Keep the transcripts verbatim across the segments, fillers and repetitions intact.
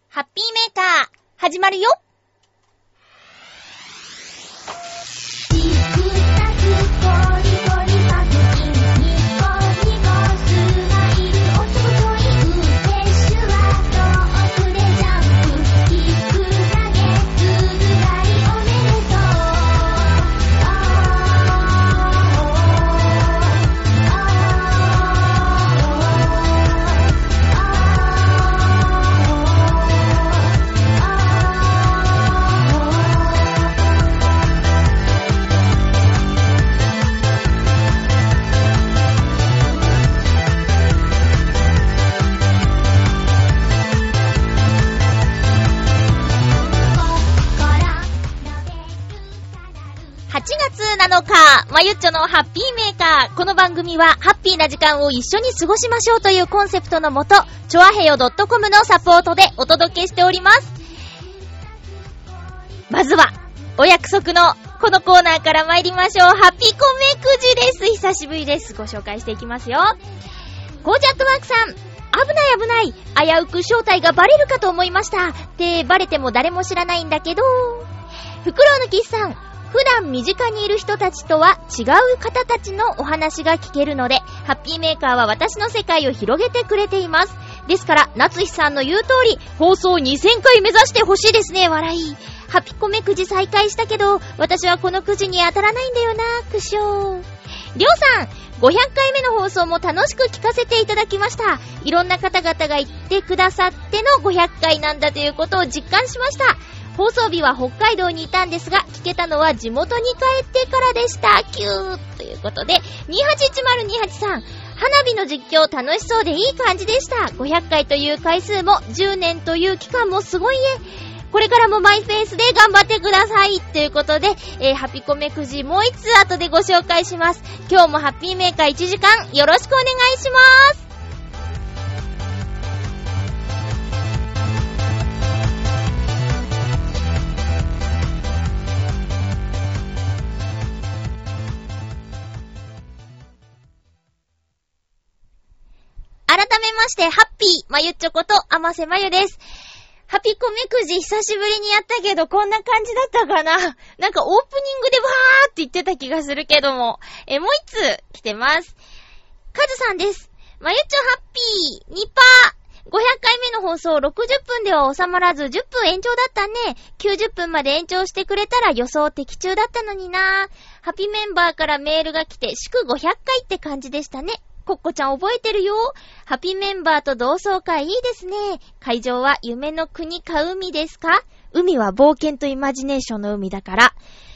ハッピーメーカー始まるよ。はちがつなのか、まゆっちょのハッピーメーカー。この番組はハッピーな時間を一緒に過ごしましょうというコンセプトのもと、チョアヘヨ .com のサポートでお届けしております。まずはお約束のこのコーナーから参りましょう。ハッピコメくじです。久しぶりです。ご紹介していきますよ。ゴージャットワークさん、危ない危ない、危うく正体がバレるかと思いましたってバレても誰も知らないんだけど。フクロウのキスさん、普段身近にいる人たちとは違う方たちのお話が聞けるので、ハッピーメーカーは私の世界を広げてくれています。ですから夏日さんの言う通り、放送にせんかい目指してほしいですね。笑い。ハピコメくじ再開したけど、私はこのくじに当たらないんだよな。苦笑。りょうさん、ごひゃっかいめの放送も楽しく聞かせていただきました。いろんな方々が言ってくださってのごひゃっかいなんだということを実感しました。放送日は北海道にいたんですが、聞けたのは地元に帰ってからでした。キューということで、にはちいちまるにはちさん、花火の実況楽しそうでいい感じでした。ごひゃっかいという回数もじゅうねんという期間もすごいね。これからもマイペースで頑張ってくださいということで、えー、ハピコメくじもう一つ後でご紹介します。今日もハッピーメーカーいちじかんよろしくお願いします。改めまして、ハッピーまゆっちょことあませまゆです。ハピコメくじ久しぶりにやったけど、こんな感じだったかな。なんかオープニングでわーって言ってた気がするけども。え、もう一つ来てます。カズさんです。まゆっちょハッピーにパーごひゃっかいめの放送ろくじゅっぷんでは収まらずじゅっぷん延長だったね。きゅうじゅっぷんまで延長してくれたら予想的中だったのにな。ハピメンバーからメールが来て祝ごひゃっかいって感じでしたね。コッコちゃん覚えてるよ。ハピメンバーと同窓会いいですね。会場は夢の国か海ですか？海は冒険とイマジネーションの海だから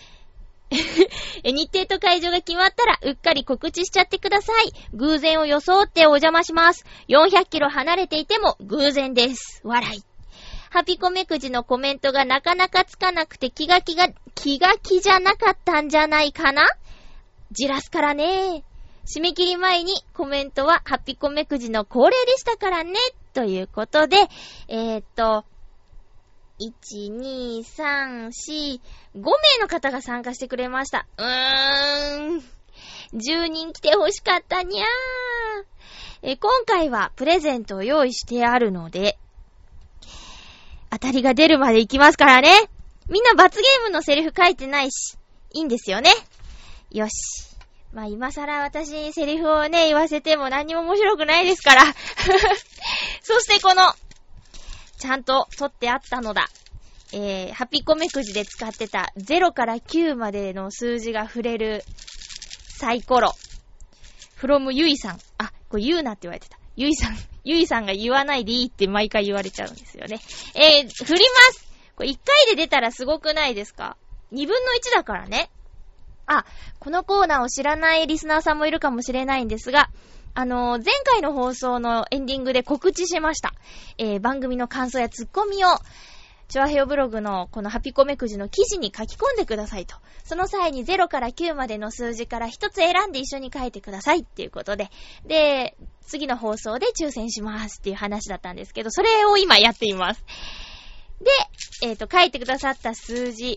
日程と会場が決まったらうっかり告知しちゃってください。偶然を装ってお邪魔します。よんひゃっキロ離れていても偶然です。笑い。ハピコメくじのコメントがなかなかつかなくて気が気が気が気じゃなかったんじゃないかな。じらすからね。締め切り前にコメントはハピコメくじの恒例でしたからね。ということで、えー、っと、いち、に、さん、よん、ごめいの方が参加してくれました。うーん。じゅうにん来て欲しかったにゃー。え、今回はプレゼントを用意してあるので、当たりが出るまで行きますからね。みんな罰ゲームのセリフ書いてないし、いいんですよね。よし。まあ今更私にセリフをね言わせても何にも面白くないですからそしてこのちゃんと取ってあったのだ、えー、ハピコメくじで使ってたゼロからきゅうまでの数字が触れるサイコロ from ゆいさん。あ、これ言うなって言われてた。ゆいさんゆいさんが言わないでいいって毎回言われちゃうんですよね。えー、振ります。これいっかいで出たらすごくないですか？にぶんのいちだからね。あ、このコーナーを知らないリスナーさんもいるかもしれないんですが、あのー、前回の放送のエンディングで告知しました。えー、番組の感想やツッコミを、チョアヘヨブログのこのハピコメくじの記事に書き込んでくださいと。その際にゼロからきゅうまでの数字からひとつ選んで一緒に書いてくださいっていうことで、で、次の放送で抽選しますっていう話だったんですけど、それを今やっています。で、えっと、書いてくださった数字、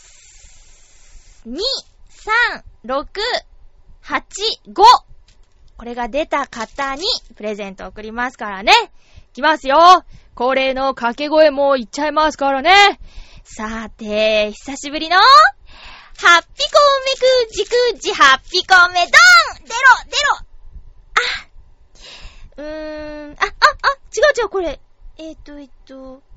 に、さん、ろく、はち、ごこれが出た方にプレゼントを送りますからね。いきますよ。恒例の掛け声も言っちゃいますからね。さて、久しぶりのハッピコメくじくじハッピコメドン出ろ出ろあうーん、あ、あ、あ、違う違う、これ。えっと、えっと、に、に、コージアットワー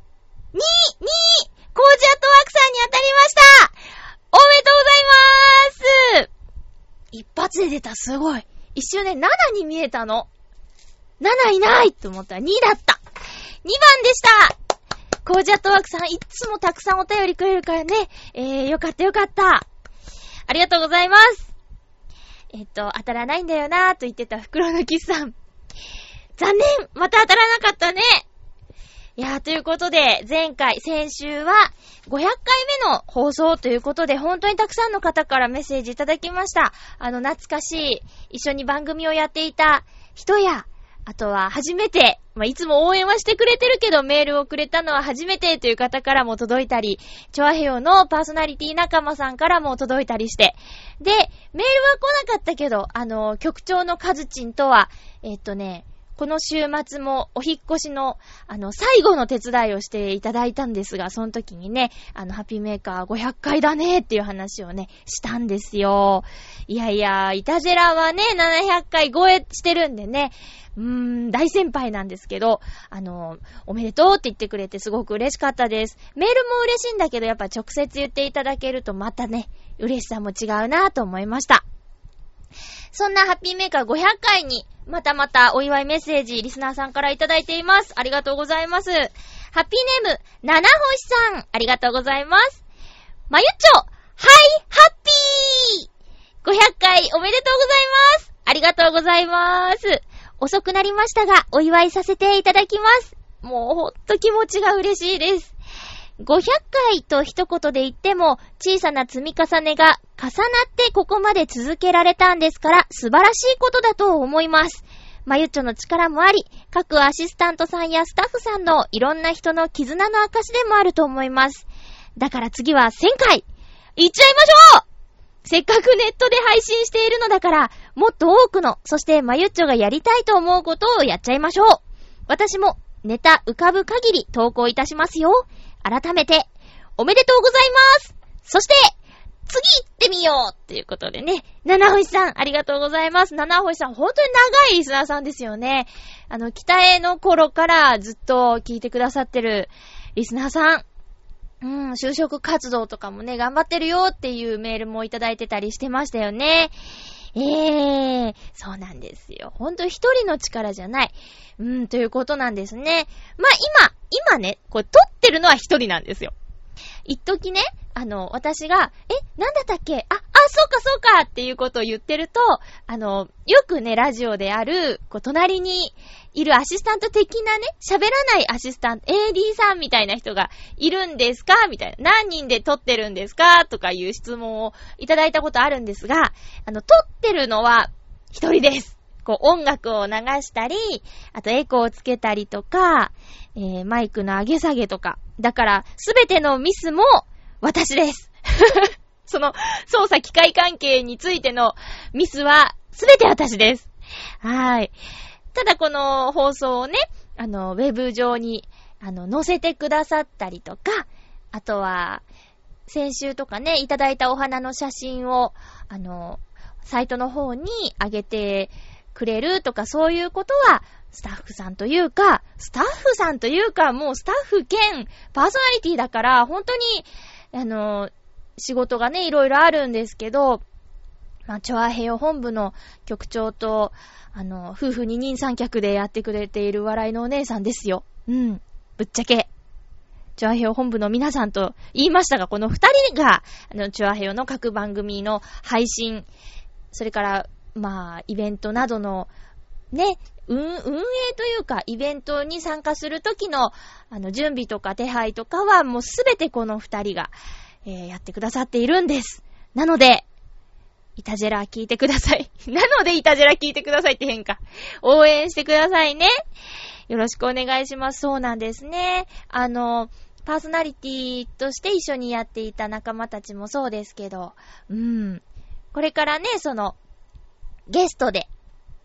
クさんに当たりました。おめでとうございます。一発で出た、すごい。一瞬ね、ななに見えたの。なないないと思ったらにだった。にばんでした。コージアットワークさん、いつもたくさんお便りくれるからね。えー、よかったよかった。ありがとうございます。えっと、当たらないんだよなーと言ってた袋のキスさん。残念、また当たらなかったね。いやー、ということで、前回、先週はごひゃっかいめの放送ということで、本当にたくさんの方からメッセージいただきました。あの、懐かしい、一緒に番組をやっていた人や、あとは初めて、まあ、いつも応援はしてくれてるけど、メールをくれたのは初めてという方からも届いたり、チョアヘヨのパーソナリティ仲間さんからも届いたりして、で、メールは来なかったけど、あの、局長のカズチンとは、えっとね、この週末もお引っ越しの、あの、最後の手伝いをしていただいたんですが、その時にね、あの、ハッピーメーカーごひゃっかいだねっていう話をね、したんですよ。いやいや、イタジェラはね、ななひゃっかい超えしてるんでね、うーん、大先輩なんですけど、あの、おめでとうって言ってくれてすごく嬉しかったです。メールも嬉しいんだけど、やっぱ直接言っていただけるとまたね、嬉しさも違うなと思いました。そんなハッピーメーカーごひゃっかいに、またまたお祝いメッセージ、リスナーさんからいただいています。ありがとうございます。ハッピーネーム、七星さん、ありがとうございます。まゆっちょ、はい、ハッピー !ごひゃっかいおめでとうございます。ありがとうございます。遅くなりましたが、お祝いさせていただきます。もうほんと気持ちが嬉しいです。ごひゃっかいと一言で言っても、小さな積み重ねが重なってここまで続けられたんですから、素晴らしいことだと思います。まゆっちょの力もあり、各アシスタントさんやスタッフさんのいろんな人の絆の証でもあると思います。だから次はせんかいいっちゃいましょう。せっかくネットで配信しているのだから、もっと多くの、そしてまゆっちょがやりたいと思うことをやっちゃいましょう。私もネタ浮かぶ限り投稿いたしますよ。改めて、おめでとうございます。そして、次行ってみようっていうことでね。七星さん、ありがとうございます。七星さん、本当に長いリスナーさんですよね。あの、北への頃からずっと聞いてくださってるリスナーさん。うん、就職活動とかもね、頑張ってるよっていうメールもいただいてたりしてましたよね。ええー、そうなんですよ。ほんと一人の力じゃない。うん、ということなんですね。まあ、今、今ね、これ撮ってるのは一人なんですよ。一時ね、あの、私が、え、なんだったっけあ、あ、そうかそうかっていうことを言ってると、あの、よくね、ラジオである、こう、隣にいるアシスタント的なね、喋らないアシスタント、エーディー さんみたいな人がいるんですかみたいな。何人で撮ってるんですかとかいう質問をいただいたことあるんですが、あの、撮ってるのは一人です。こう、音楽を流したり、あとエコーをつけたりとか、えー、マイクの上げ下げとか。だから、すべてのミスも私です。その、操作機械関係についてのミスはすべて私です。はい。ただこの放送をね、あの、ウェブ上に、あの、載せてくださったりとか、あとは、先週とかね、いただいたお花の写真を、あの、サイトの方に上げてくれるとか、そういうことは、スタッフさんというか、スタッフさんというか、もうスタッフ兼パーソナリティだから、本当に、あの、仕事がね、いろいろあるんですけど、まあ、チョアヘヨ本部の局長と、あの、夫婦二人三脚でやってくれている笑いのお姉さんですよ。うん。ぶっちゃけ。チョアヘヨ本部の皆さんと言いましたが、この二人が、あの、チョアヘヨの各番組の配信、それから、まあ、イベントなどの、ね、運、運営というか、イベントに参加するときの、あの、準備とか手配とかは、もうすべてこの二人が、えー、やってくださっているんです。なので、イタジェラ聞いてください。なので、イタジェラ聞いてくださいって変か。応援してくださいね。よろしくお願いします。そうなんですね。あの、パーソナリティとして一緒にやっていた仲間たちもそうですけど、うん。これからね、その、ゲストで、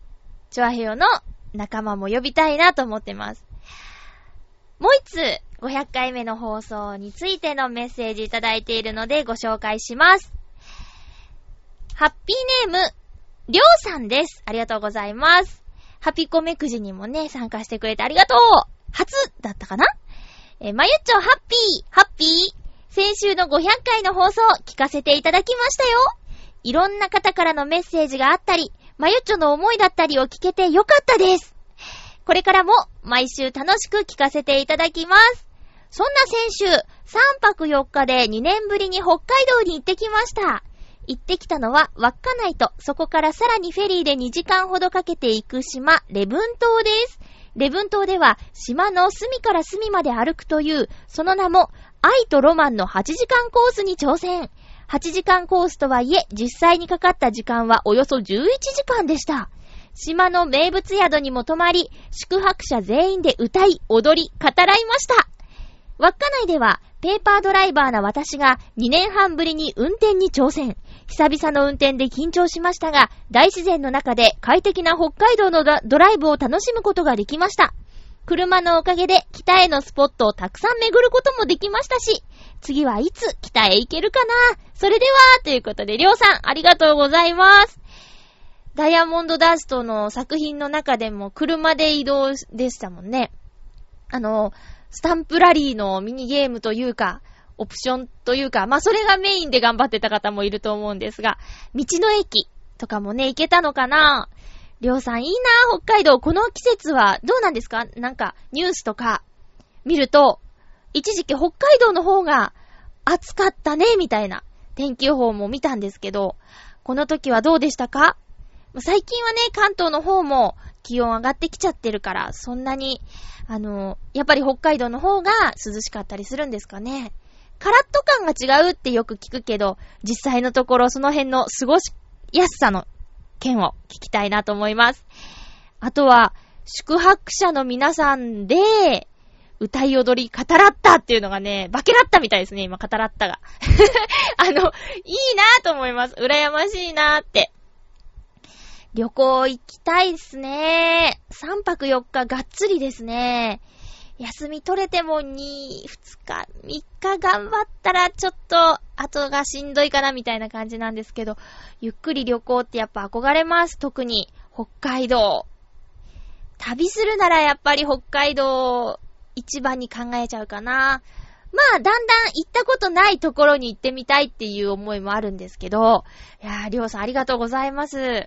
チョアヘヨの仲間も呼びたいなと思ってます。もう一つ、ごひゃっかいめの放送についてのメッセージいただいているのでご紹介します。ハッピーネーム、りょうさんです。ありがとうございます。ハピコメくじにもね、参加してくれてありがとう。初だったかな？えー、まゆっちょハッピー、ハッピー。先週のごひゃっかいの放送聞かせていただきましたよ。いろんな方からのメッセージがあったり、まゆっちょの思いだったりを聞けてよかったです。これからも毎週楽しく聞かせていただきます。そんな先週、さんぱくよっかでにねんぶりに北海道に行ってきました。行ってきたのは稚内と、そこからさらにフェリーでにじかんほどかけて行く島、礼文島です。礼文島では島の隅から隅まで歩くという、その名も愛とロマンのはちじかんコースに挑戦。はちじかんコースとはいえ、実際にかかった時間はおよそじゅういちじかんでした。島の名物宿にも泊まり、宿泊者全員で歌い、踊り、語らいました。稚内ではペーパードライバーな私がにねんはんぶりに運転に挑戦。久々の運転で緊張しましたが、大自然の中で快適な北海道のドライブを楽しむことができました。車のおかげで北へのスポットをたくさん巡ることもできましたし、次はいつ北へ行けるかな。それでは、ということで、りょうさんありがとうございます。ダイヤモンドダストの作品の中でも車で移動でしたもんね。あの、スタンプラリーのミニゲームというか、オプションというか、まあ、それがメインで頑張ってた方もいると思うんですが、道の駅とかもね、行けたのかな。りょうさんいいな、北海道。この季節はどうなんですか？なんか、ニュースとか見ると、一時期北海道の方が暑かったね、みたいな天気予報も見たんですけど、この時はどうでしたか？最近はね、関東の方も気温上がってきちゃってるから、そんなに、あの、やっぱり北海道の方が涼しかったりするんですかね。カラッと感が違うってよく聞くけど、実際のところその辺の過ごしやすさの件を聞きたいなと思います。あとは、宿泊者の皆さんで、歌い踊り、語らったっていうのがね、化けらったみたいですね、今、語らったが。あの、いいなぁと思います。羨ましいなぁって。旅行行きたいですね。さんぱくよっかがっつりですね。休み取れてもに、ふつか、みっか頑張ったらちょっと後がしんどいかなみたいな感じなんですけど、ゆっくり旅行ってやっぱ憧れます。特に北海道。旅するならやっぱり北海道一番に考えちゃうかな。まあだんだん行ったことないところに行ってみたいっていう思いもあるんですけど、いやー、りょうさんありがとうございます。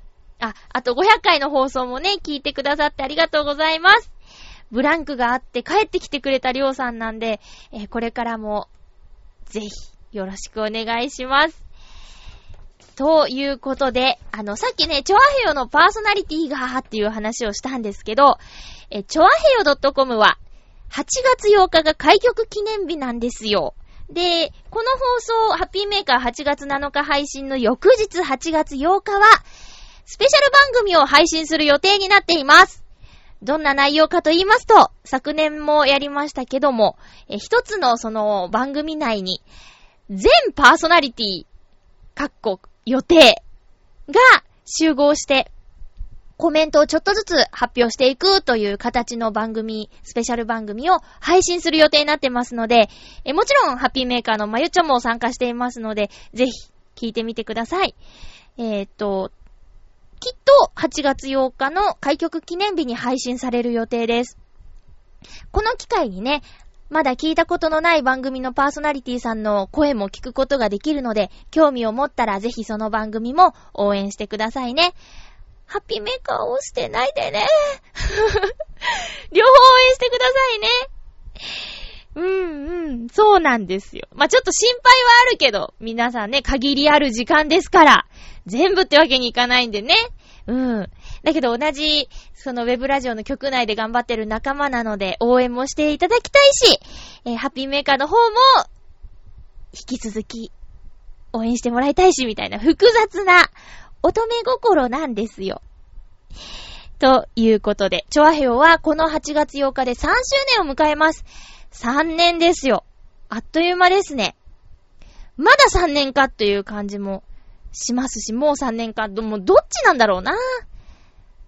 あ、あとごひゃっかいの放送もね、聞いてくださってありがとうございます。ブランクがあって帰ってきてくれたりょうさんなんで、えー、これからもぜひよろしくお願いします。ということで、あの、さっきね、チョアヘヨのパーソナリティがっていう話をしたんですけど、え、チョアヘヨ .com ははちがつようかが開局記念日なんですよ。で、この放送、ハッピーメーカーはちがつなのか配信の翌日はちがつようかは、スペシャル番組を配信する予定になっています。どんな内容かと言いますと、昨年もやりましたけども、え一つのその番組内に、全パーソナリティ、かっこ予定が集合して、コメントをちょっとずつ発表していくという形の番組、スペシャル番組を配信する予定になってますので、えもちろんハッピーメーカーのまゆちょも参加していますので、ぜひ聞いてみてください。えーっと、きっとはちがつようかの開局記念日に配信される予定です。この機会にね、まだ聞いたことのない番組のパーソナリティさんの声も聞くことができるので、興味を持ったらぜひその番組も応援してくださいね。ハッピーメーカーを押してないでね。両方応援してくださいね。うんうん、そうなんですよ。まあ、ちょっと心配はあるけど、皆さんね、限りある時間ですから、全部ってわけにいかないんでね。うん。だけど同じ、そのウェブラジオの局内で頑張ってる仲間なので、応援もしていただきたいし、えー、ハッピーメーカーの方も、引き続き、応援してもらいたいし、みたいな複雑な乙女心なんですよ。ということで、チョアヘヨはこのはちがつようかでさんしゅうねんを迎えます。さんねんですよ。あっという間ですね。まださんねんかという感じもしますし、もうさんねんか、もうどっちなんだろうな。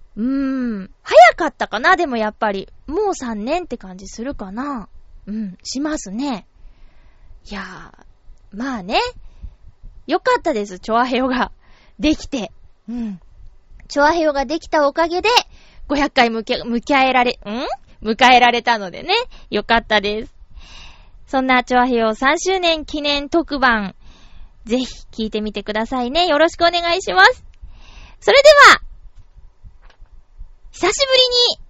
うーん、早かったかな。でもやっぱりもうさんねんって感じするかな。うん、しますね。いやー、まあね、よかったです。チョアヘヨができて、うん、チョアヘヨができたおかげでごひゃっかい向け迎えられん迎えられたのでね、よかったです。そんなチョアヘヨさんしゅうねん記念特番、ぜひ聞いてみてくださいね。よろしくお願いします。それでは久しぶりに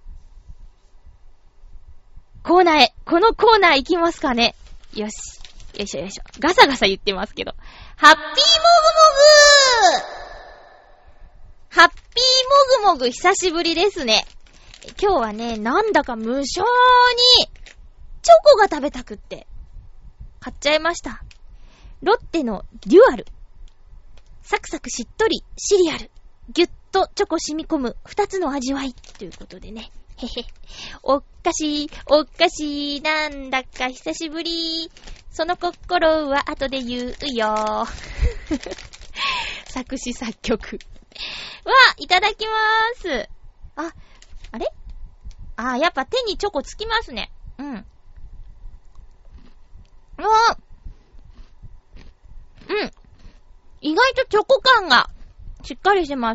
コーナーへ、このコーナー行きますかね。よし。よいしょよいしょ。ガサガサ言ってますけど。ハッピーモグモグハッピーモグモグ久しぶりですね。今日はね、なんだか無性にチョコが食べたくって買っちゃいました。ロッテのデュアル。サクサクしっとりシリアル。ギュッとチョコ染み込む二つの味わいということでね。へへ。おっかしい、おっかしい、なんだか久しぶり。その心は後で言うよ。作詞作曲。わ、いただきまーす。あ、あれ？あ、やっぱ手にチョコつきますね。うん。うわ、うん。意外とチョコ感がしっかりしてます。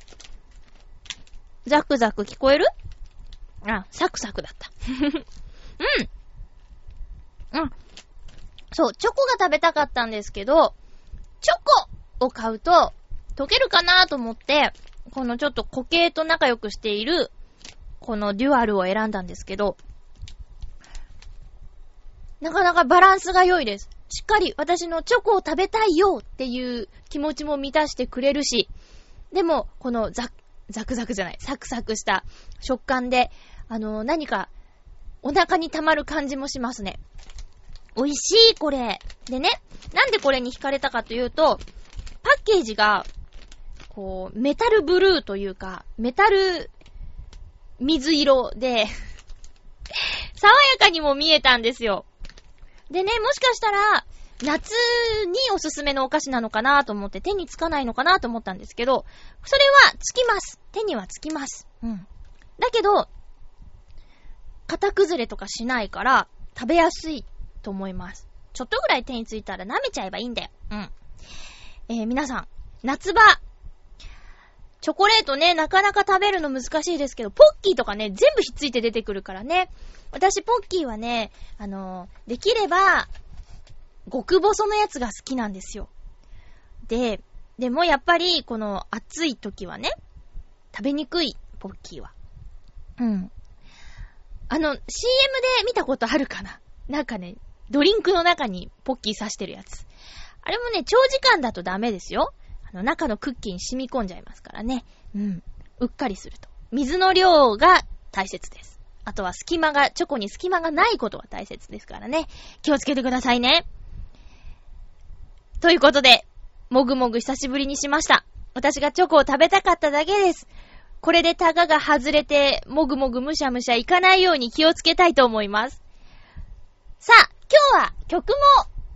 ザクザク聞こえる？あ、サクサクだった。うん。うん。そう、チョコが食べたかったんですけど、チョコを買うと溶けるかなと思って、このちょっと固形と仲良くしているこのデュアルを選んだんですけど、なかなかバランスが良いです。しっかり私のチョコを食べたいよっていう気持ちも満たしてくれるし、でもこのザクザクザクじゃない、サクサクした食感で、あのー、何かお腹に溜まる感じもしますね。美味しいこれ。でね、なんでこれに惹かれたかというと、パッケージがこうメタルブルーというかメタル水色で爽やかにも見えたんですよ。でね、もしかしたら夏におすすめのお菓子なのかなと思って手につかないのかなと思ったんですけど、それはつきます。手にはつきます。うん。だけど型崩れとかしないから食べやすいと思います。ちょっとぐらい手についたら舐めちゃえばいいんだよ。うん。えー、皆さん、夏場チョコレートね、なかなか食べるの難しいですけど、ポッキーとかね、全部ひっついて出てくるからね。私ポッキーはね、あのー、できれば極細のやつが好きなんですよ。で、でもやっぱりこの暑い時はね、食べにくいポッキーは。うん。あの シーエム で見たことあるかな。なんかね、ドリンクの中にポッキー刺してるやつ。あれもね、長時間だとダメですよ。あの中のクッキーに染み込んじゃいますからね。うん。うっかりすると。水の量が大切です。あとは隙間が、チョコに隙間がないことが大切ですからね。気をつけてくださいね。ということで、もぐもぐ久しぶりにしました。私がチョコを食べたかっただけです。これでタガが外れて、もぐもぐむしゃむしゃいかないように気をつけたいと思います。さあ、今日は曲も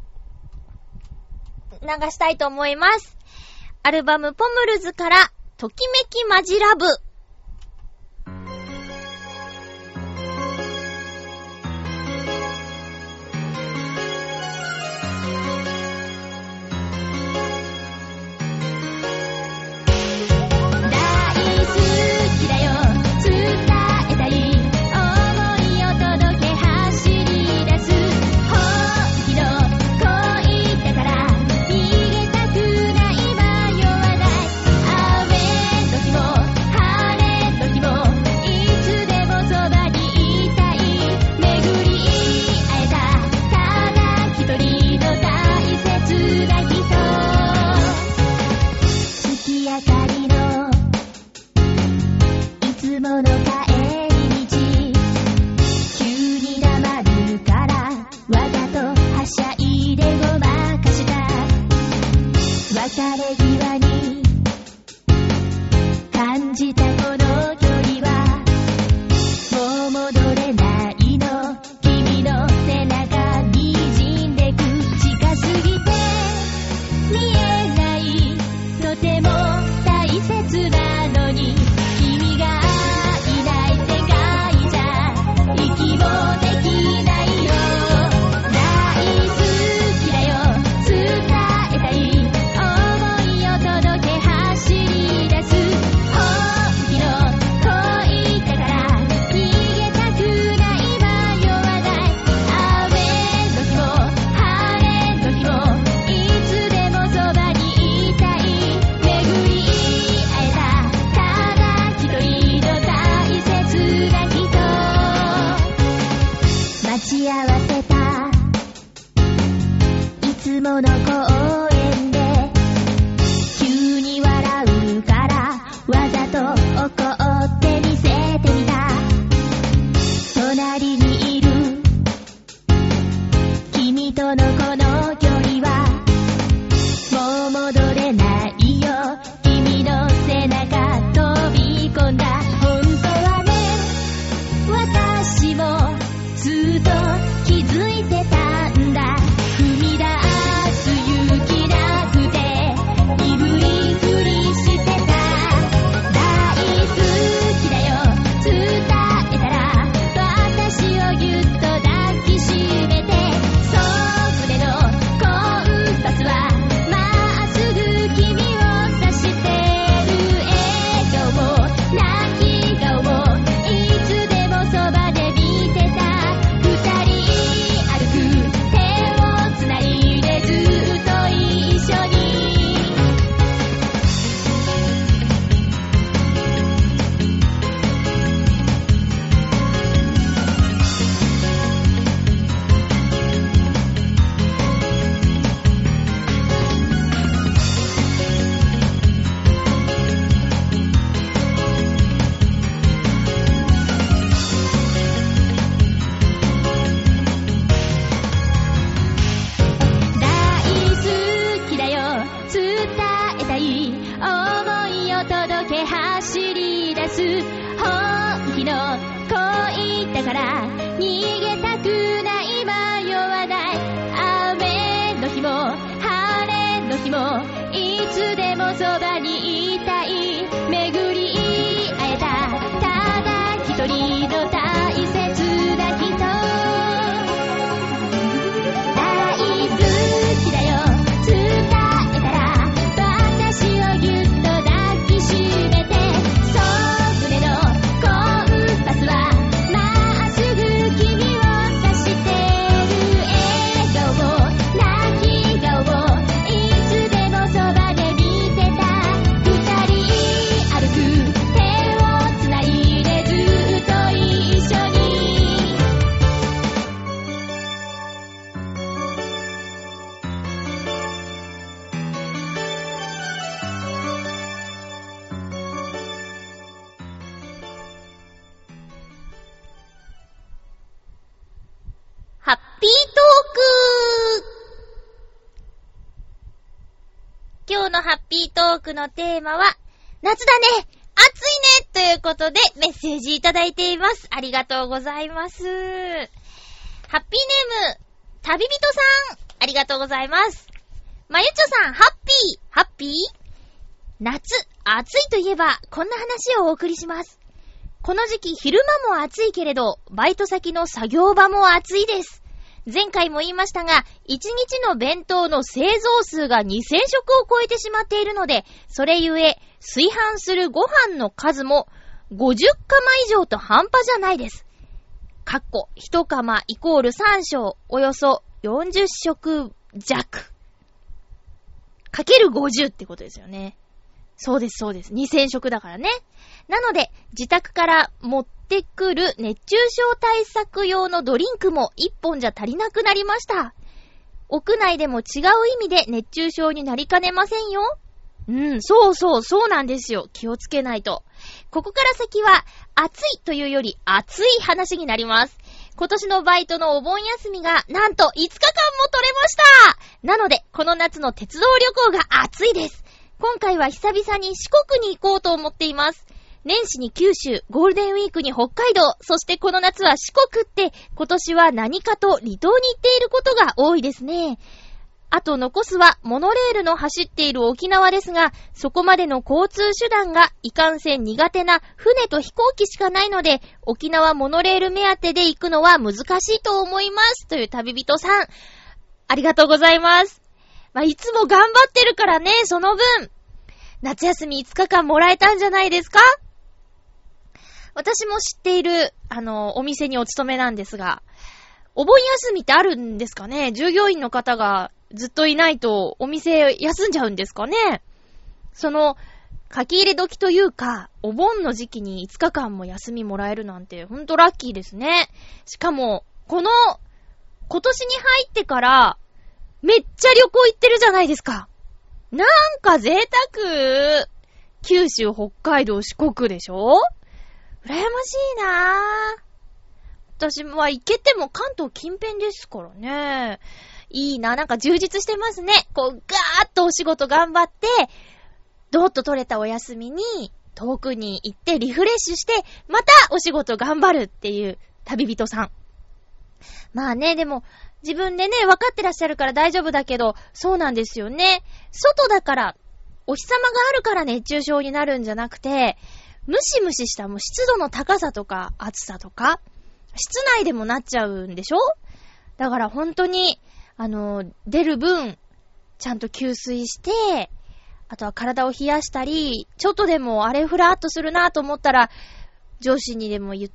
流したいと思います。アルバムポムルズから、ときめきマジラブ。 雨時もとのこの距離はもう戻れないよ。君の背中飛び込んだ。本当はね、私もずっと気づいてたんだ。踏み出す勇気なくて鈍いふりしてた。大好きだよ伝えたら、私をぎゅっと抱きしめて、そう胸のコンパスはまっすぐ君を指してる。笑顔も泣き顔もいつでもそばで見てた。二人歩く手をつないでずっと一緒に。大好きだよ伝えたい想いを届け走り出す。本気の恋だから逃げたくない迷わない。雨の日も晴れの日もいつでもそばにいたい。巡り会えたただ一人の大切な人。大好きだよ伝えたら、私をぎゅっと抱きしめて、そう胸のコンパスはまっすぐ君を指してる。笑顔も泣き顔もいつでもそばで見てた。二人歩く手をつないでずっと一緒に。 ハッピートーク。今日のハッピートークのテーマは、夏だね、暑いねということでメッセージいただいています。ありがとうございます。ハッピーネーム、旅人さん、ありがとうございます。まゆちょさん、ハッピー、ハッピー夏、暑いといえば、こんな話をお送りします。この時期昼間も暑いけれど、バイト先の作業場も暑いです。前回も言いましたが、いちにちの弁当の製造数がにせんしょくを超えてしまっているので、それゆえ、炊飯するご飯の数もごじゅっかま以上と半端じゃないです。かっこ、いち釜イコールさん升、およそよんじゅっしょく弱。かけるごじゅうってことですよね。そうですそうです。にせんしょくだからね。なので、自宅から持ってくる熱中症対策用のドリンクもいっぽんじゃ足りなくなりました。屋内でも違う意味で熱中症になりかねませんよ。うん、そうそうそうなんですよ。気をつけないと。ここから先は、暑いというより熱い話になります。今年のバイトのお盆休みがなんといつかかんも取れました。なので、この夏の鉄道旅行が暑いです。今回は久々に四国に行こうと思っています。年始に九州、ゴールデンウィークに北海道、そしてこの夏は四国って、今年は何かと離島に行っていることが多いですね。あと残すはモノレールの走っている沖縄ですが、そこまでの交通手段がいかんせん苦手な船と飛行機しかないので、沖縄モノレール目当てで行くのは難しいと思います。という旅人さん、ありがとうございます。まあ、いつも頑張ってるからね、その分、夏休みいつかかんもらえたんじゃないですか？私も知っている、あの、お店にお勤めなんですが、お盆休みってあるんですかね？従業員の方がずっといないとお店休んじゃうんですかね？その、書き入れ時というか、お盆の時期にいつかかんも休みもらえるなんてほんとラッキーですね。しかも、この、今年に入ってから、めっちゃ旅行行ってるじゃないですか。なんか贅沢。九州、北海道、四国でしょ？羨ましいなぁ。私は行けても関東近辺ですからね。 いいな、なんか充実してますね。こう、ガーッとお仕事頑張って、どーっと取れたお休みに、遠くに行ってリフレッシュして、またお仕事頑張るっていう旅人さん。まあね、でも、自分でね、分かってらっしゃるから大丈夫だけど、そうなんですよね。外だから、お日様があるから熱中症になるんじゃなくて、ムシムシしたもう湿度の高さとか暑さとか、室内でもなっちゃうんでしょ？だから本当に、あの、出る分、ちゃんと給水して、あとは体を冷やしたり、ちょっとでもあれふらーっとするなと思ったら、上司にでも言って、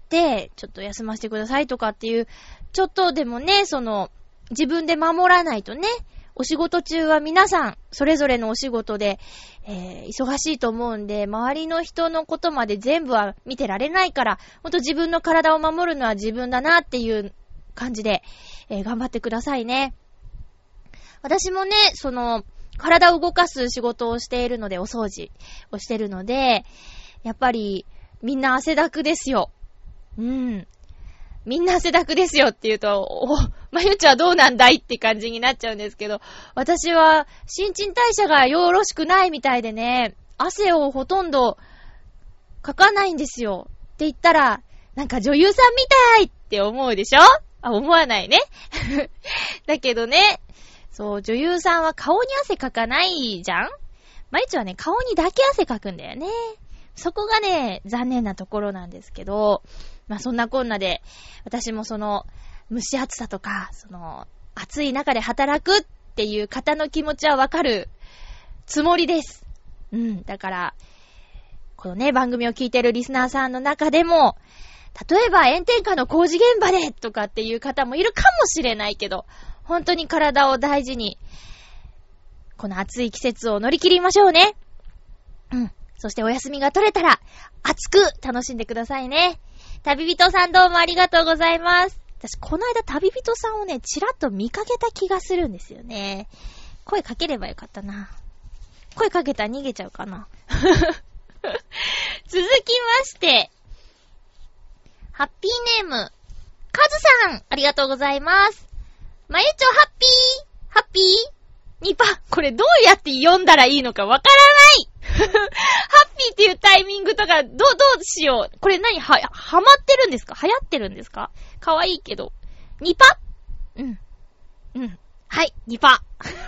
ちょっと休ませてくださいとかっていう、ちょっとでもね、その、自分で守らないとね、お仕事中は皆さん、それぞれのお仕事で、えー、忙しいと思うんで、周りの人のことまで全部は見てられないから、ほんと自分の体を守るのは自分だなっていう感じで、えー、頑張ってくださいね。私もね、その、体を動かす仕事をしているので、お掃除をしているので、やっぱり、みんな汗だくですよ。うん。みんな汗だくですよって言うと、お、まゆちはどうなんだいって感じになっちゃうんですけど、私は新陳代謝がよろしくないみたいでね、汗をほとんどかかないんですよ。って言ったら、なんか女優さんみたいって思うでしょ？あ、思わないね。だけどね、そう、女優さんは顔に汗かかないじゃん？まゆちはね、顔にだけ汗かくんだよね。そこがね、残念なところなんですけど、まあそんなこんなで、私もその、蒸し暑さとか、その、暑い中で働くっていう方の気持ちはわかるつもりです。うん、だから、このね、番組を聞いてるリスナーさんの中でも、例えば炎天下の工事現場でとかっていう方もいるかもしれないけど、本当に体を大事に、この暑い季節を乗り切りましょうね。うん。そしてお休みが取れたら、熱く楽しんでくださいね。旅人さんどうもありがとうございます。私、この間旅人さんをね、ちらっと見かけた気がするんですよね。声かければよかったな。声かけたら逃げちゃうかな。続きまして、ハッピーネーム、カズさん、ありがとうございます。まゆちょハッピーハッピーニパ。これどうやって読んだらいいのかわからないハッピーっていうタイミングとか、どう、どうしよう。これ何は、はまってるんですか？流行ってるんですか？かわいいけど。ニパ？うん。うん。はい、ニパ。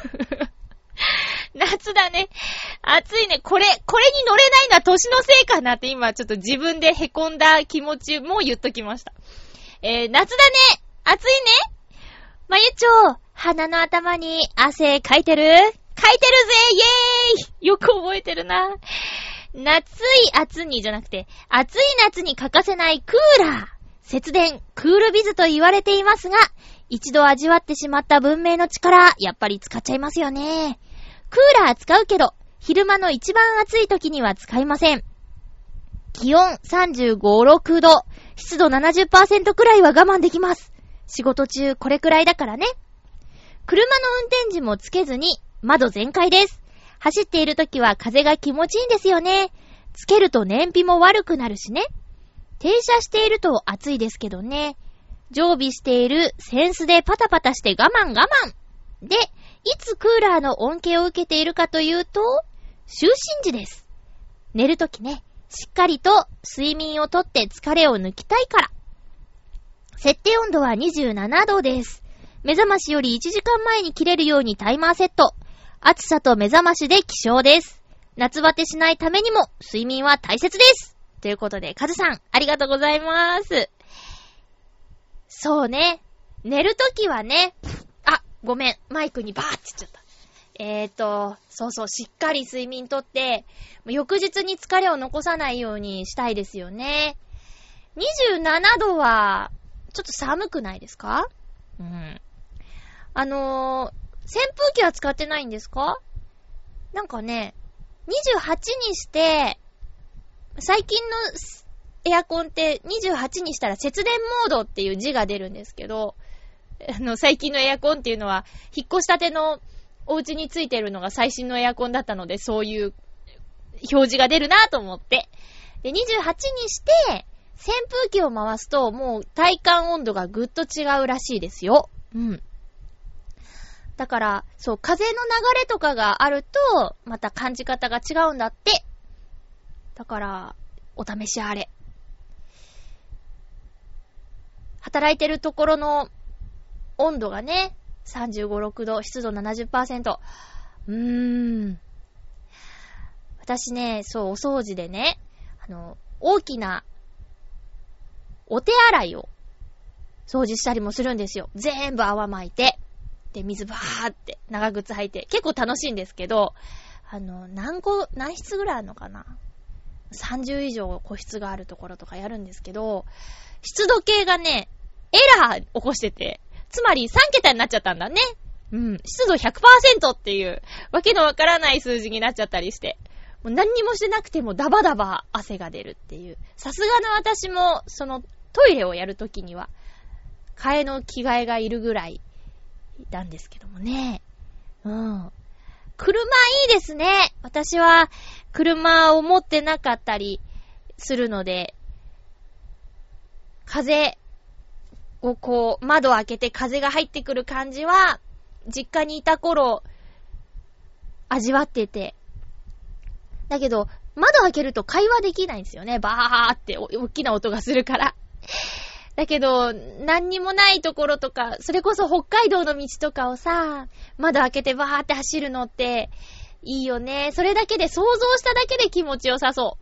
夏だね。暑いね。これ、これに乗れないのは年のせいかなって今ちょっと自分で凹んだ気持ちも言っときました。えー、夏だね。暑いね。まゆちょ、鼻の頭に汗かいてる？かいてるぜイエーイ！よく覚えてるな。夏い暑にじゃなくて、暑い夏に欠かせないクーラー。節電、クールビズと言われていますが、一度味わってしまった文明の力、やっぱり使っちゃいますよね。クーラー使うけど、昼間の一番暑い時には使いません。気温さんじゅうご、ろくど、湿度 ななじゅっパーセント くらいは我慢できます。仕事中これくらいだからね。車の運転時もつけずに窓全開です。走っている時は風が気持ちいいんですよね。つけると燃費も悪くなるしね。停車していると暑いですけどね。常備している扇子でパタパタして我慢我慢。で、いつクーラーの恩恵を受けているかというと、就寝時です。寝るときね、しっかりと睡眠をとって疲れを抜きたいから。設定温度はにじゅうななどです。目覚ましよりいちじかんまえに切れるようにタイマーセット。暑さと目覚ましで起床です。夏バテしないためにも睡眠は大切です。ということで、カズさん、ありがとうございます。そうね。寝るときはね、あ、ごめん、マイクにバーって言っちゃった。えーと、そうそう、しっかり睡眠とって、翌日に疲れを残さないようにしたいですよね。にじゅうななどは、ちょっと寒くないですか？うん。あのー、扇風機は使ってないんですか？なんかね、にじゅうはちにして、最近のエアコンってにじゅうはちにしたら節電モードっていう字が出るんですけど、あの、最近のエアコンっていうのは、引っ越したてのお家についてるのが最新のエアコンだったので、そういう表示が出るなと思って。で、にじゅうはちにして、扇風機を回すと、もう体感温度がぐっと違うらしいですよ。うん。 だから、そう、風の流れとかがあると、また感じ方が違うんだって。だから、お試しあれ。働いてるところの温度がね、さんじゅうご、ろくど、湿度 ななじゅっパーセント。うーん。私ね、そう、お掃除でね、あの、大きなお手洗いを掃除したりもするんですよ。全部泡巻いて。で、水バーって長靴履いて。結構楽しいんですけど、あの、何個、何室ぐらいあるのかな ?さんじゅう 以上個室があるところとかやるんですけど、湿度計がね、エラー起こしてて、つまりさん桁になっちゃったんだね。うん。湿度 ひゃくパーセント っていう、わけのわからない数字になっちゃったりして。もう何にもしてなくてもダバダバ汗が出るっていう。さすがの私も、そのトイレをやるときには、替えの着替えがいるぐらいなんですけどもね。うん。車いいですね。私は車を持ってなかったりするので、風をこう、窓を開けて風が入ってくる感じは、実家にいた頃、味わってて。だけど、窓開けると会話できないんですよね。バーって大きな音がするから。だけど、何にもないところとか、それこそ北海道の道とかをさ、窓開けてバーって走るのって、いいよね。それだけで、想像しただけで気持ちよさそう。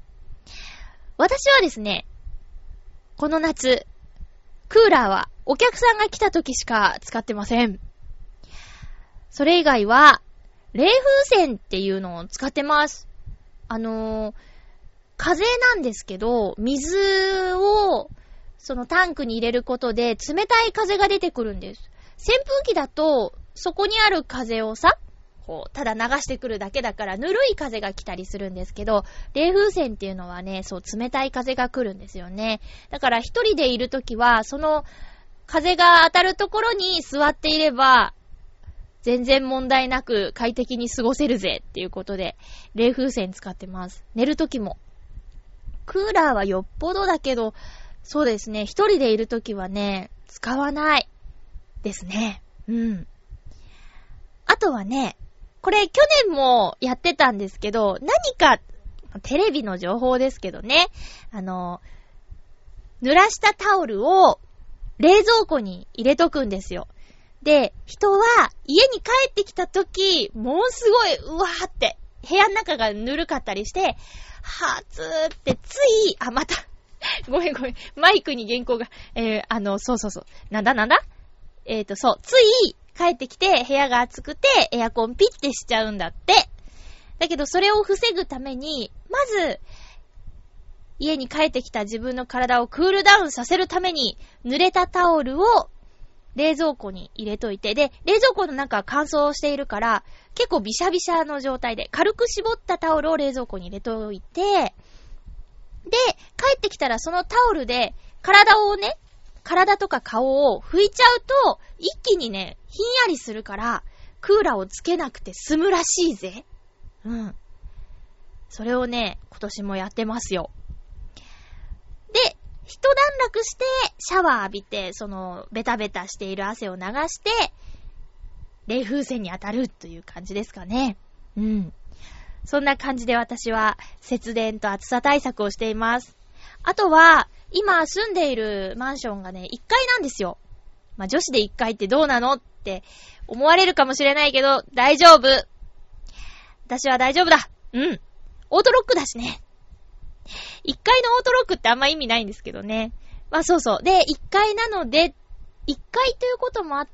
私はですね、この夏、クーラーはお客さんが来た時しか使ってません。それ以外は、冷風扇っていうのを使ってます。あのー、風なんですけど、水を、そのタンクに入れることで冷たい風が出てくるんです。扇風機だと、そこにある風をさ、こう、ただ流してくるだけだから、ぬるい風が来たりするんですけど、冷風扇っていうのはね、そう、冷たい風が来るんですよね。だから一人でいるときは、その、風が当たるところに座っていれば、全然問題なく快適に過ごせるぜっていうことで、冷風扇使ってます。寝るときも。クーラーはよっぽどだけど、そうですね、一人でいるときはね、使わないですね。うん。あとはね、これ去年もやってたんですけど、何か、テレビの情報ですけどね、あの、濡らしたタオルを冷蔵庫に入れとくんですよ。で、人は家に帰ってきたとき、ものすごい、うわーって、部屋の中がぬるかったりして、はーつーってつい、あ、また、ごめんごめん、マイクに原稿が、えー、あの、そうそうそう、なんだなんだえーと、そう、つい、帰ってきて部屋が暑くてエアコンピッてしちゃうんだって。だけどそれを防ぐために、まず、家に帰ってきた自分の体をクールダウンさせるために、濡れたタオルを冷蔵庫に入れといて、で、冷蔵庫の中は乾燥しているから、結構ビシャビシャの状態で、軽く絞ったタオルを冷蔵庫に入れといて、で、帰ってきたらそのタオルで、体をね、体とか顔を拭いちゃうと、一気にね、ひんやりするから、クーラーをつけなくて済むらしいぜ。うん。それをね、今年もやってますよ。で、一段落して、シャワー浴びて、その、ベタベタしている汗を流して、冷風扇に当たるという感じですかね。うん。そんな感じで私は、節電と暑さ対策をしています。あとは、今住んでいるマンションがね、いっかいなんですよ。まあ、女子でいっかいってどうなのって思われるかもしれないけど、大丈夫。私は大丈夫だ。うん。オートロックだしね。いっかいのオートロックってあんま意味ないんですけどね。まあそうそう。で、いっかいなので、いっかいということもあって、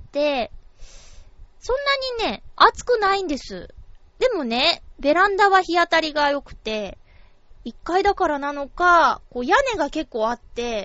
そんなにね、暑くないんです。でもね、ベランダは日当たりが良くて、いっかいだからなのか、こう屋根が結構あって、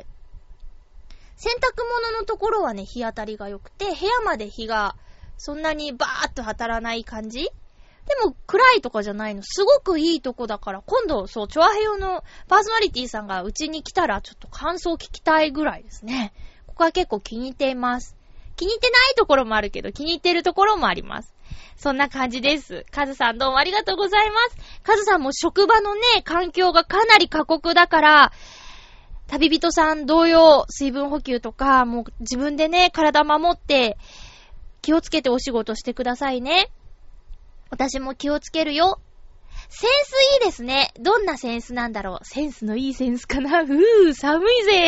洗濯物のところはね、日当たりが良くて、部屋まで日がそんなにバーッと当たらない感じ？でも暗いとかじゃないの。すごくいいとこだから、今度、そう、チョアヘヨのパーソナリティさんがうちに来たら、ちょっと感想聞きたいぐらいですね。ここは結構気に入っています。気に入ってないところもあるけど、気に入ってるところもあります。そんな感じです。カズさんどうもありがとうございます。カズさんも職場のね、環境がかなり過酷だから、旅人さん同様、水分補給とか、もう自分でね、体守って、 気をつけてお仕事してくださいね。私も気をつけるよ。センスいいですね。どんなセンスなんだろう。センスのいいセンスかな。うー、寒いぜ。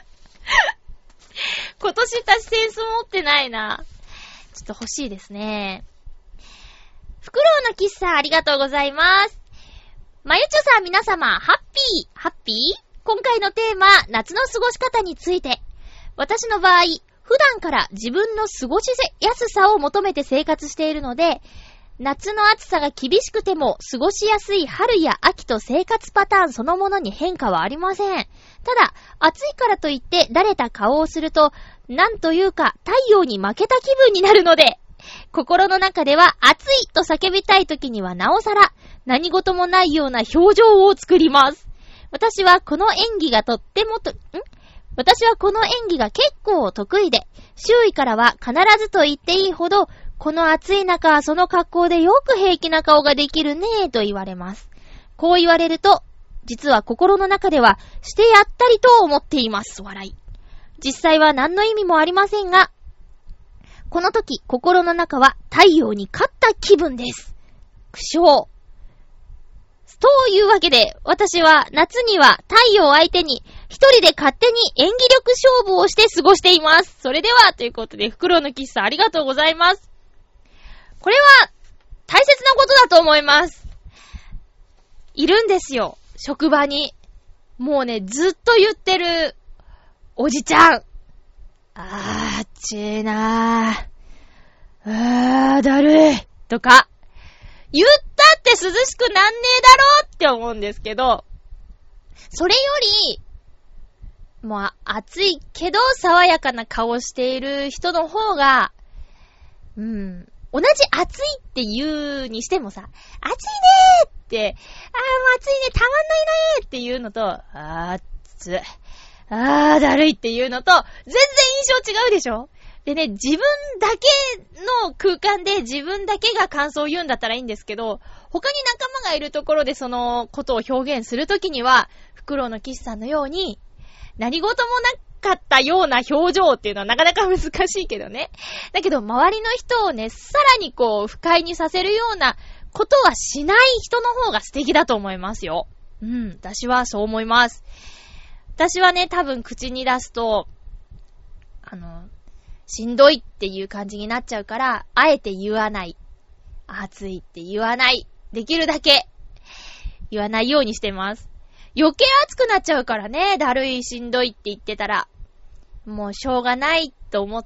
今年私センス持ってないな。ちょっと欲しいですね。フクロウのキッさんありがとうございます。まゆちょさん皆様、ハッピー、ハッピー？今回のテーマ、夏の過ごし方について。私の場合、普段から自分の過ごしやすさを求めて生活しているので、夏の暑さが厳しくても過ごしやすい春や秋と生活パターンそのものに変化はありません。ただ、暑いからといって慣れた顔をすると、なんというか太陽に負けた気分になるので、心の中では暑いと叫びたい時にはなおさら何事もないような表情を作ります。私はこの演技がとってもと、ん私はこの演技が結構得意で、周囲からは必ずと言っていいほど、この暑い中はその格好でよく平気な顔ができるねぇと言われます。こう言われると、実は心の中ではしてやったりと思っています。笑い。実際は何の意味もありませんが、この時心の中は太陽に勝った気分です。苦笑。というわけで、私は夏には太陽を相手に一人で勝手に演技力勝負をして過ごしています。それでは、ということで、フクロウのキスさんありがとうございます。これは大切なことだと思います。いるんですよ、職場に。もうね、ずっと言ってるおじちゃん。あー、あっちーなー。あー、だるい。とか。言ったって涼しくなんねえだろって思うんですけど、それより、もう暑いけど爽やかな顔している人の方が、うん、同じ暑いって言うにしてもさ、暑いねーって、あーもう暑いね、たまんないねーっていうのと、あー暑い、あーだるいっていうのと、全然印象違うでしょ？でね、自分だけの空間で自分だけが感想を言うんだったらいいんですけど、他に仲間がいるところでそのことを表現するときには、フクロウのキスさんのように、何事もなかったような表情っていうのはなかなか難しいけどね。だけど周りの人をね、さらにこう不快にさせるようなことはしない人の方が素敵だと思いますよ。うん、私はそう思います。私はね、多分口に出すと、あの、しんどいっていう感じになっちゃうから、あえて言わない。暑いって言わない。できるだけ言わないようにしてます。余計暑くなっちゃうからね、だるいしんどいって言ってたら。もうしょうがないと思って、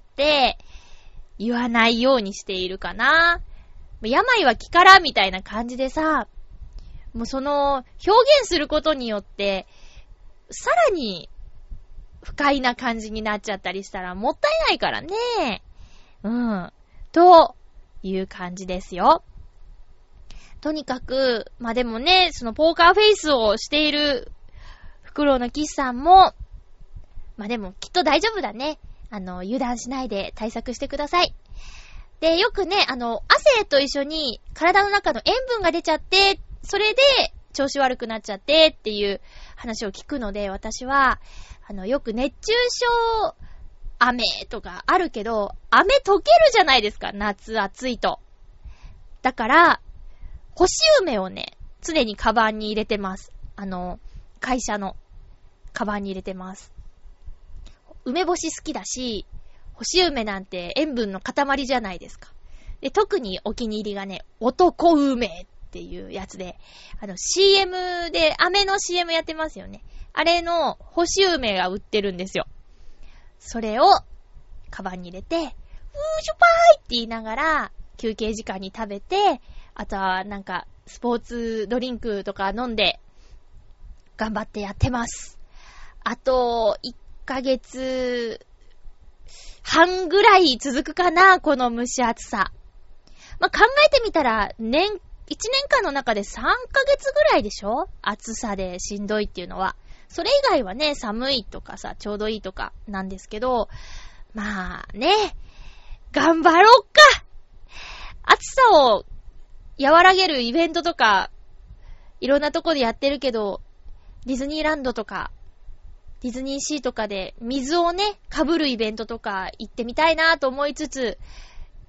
言わないようにしているかな。病は気からみたいな感じでさ、もうその表現することによって、さらに、不快な感じになっちゃったりしたらもったいないからね。うん。という感じですよ。とにかく、まあ、でもね、そのポーカーフェイスをしているフクロウのキスさんも、まあ、でもきっと大丈夫だね。あの、油断しないで対策してください。で、よくね、あの、汗と一緒に体の中の塩分が出ちゃって、それで調子悪くなっちゃってっていう話を聞くので、私は、あの、よく熱中症雨とかあるけど、雨溶けるじゃないですか、夏暑いと。だから、干し梅をね、常にカバンに入れてます。あの、会社のカバンに入れてます。梅干し好きだし、干し梅なんて塩分の塊じゃないですか。で、特にお気に入りがね、男梅っていうやつで、あの シーエム で、飴の シーエム やってますよね。あれの干し梅が売ってるんですよ。それをカバンに入れて、うーしょぱーいって言いながら休憩時間に食べて、あとはなんかスポーツドリンクとか飲んで頑張ってやってます。あといっかげつはんぐらい続くかな、この蒸し暑さ。まあ、考えてみたら年いちねんかんの中でさんかげつぐらいでしょ？暑さでしんどいっていうのは。それ以外はね、寒いとかさ、ちょうどいいとかなんですけど、まあね、頑張ろっか。暑さを和らげるイベントとか、いろんなとこでやってるけど、ディズニーランドとか、ディズニーシーとかで水をね、被るイベントとか行ってみたいなと思いつつ、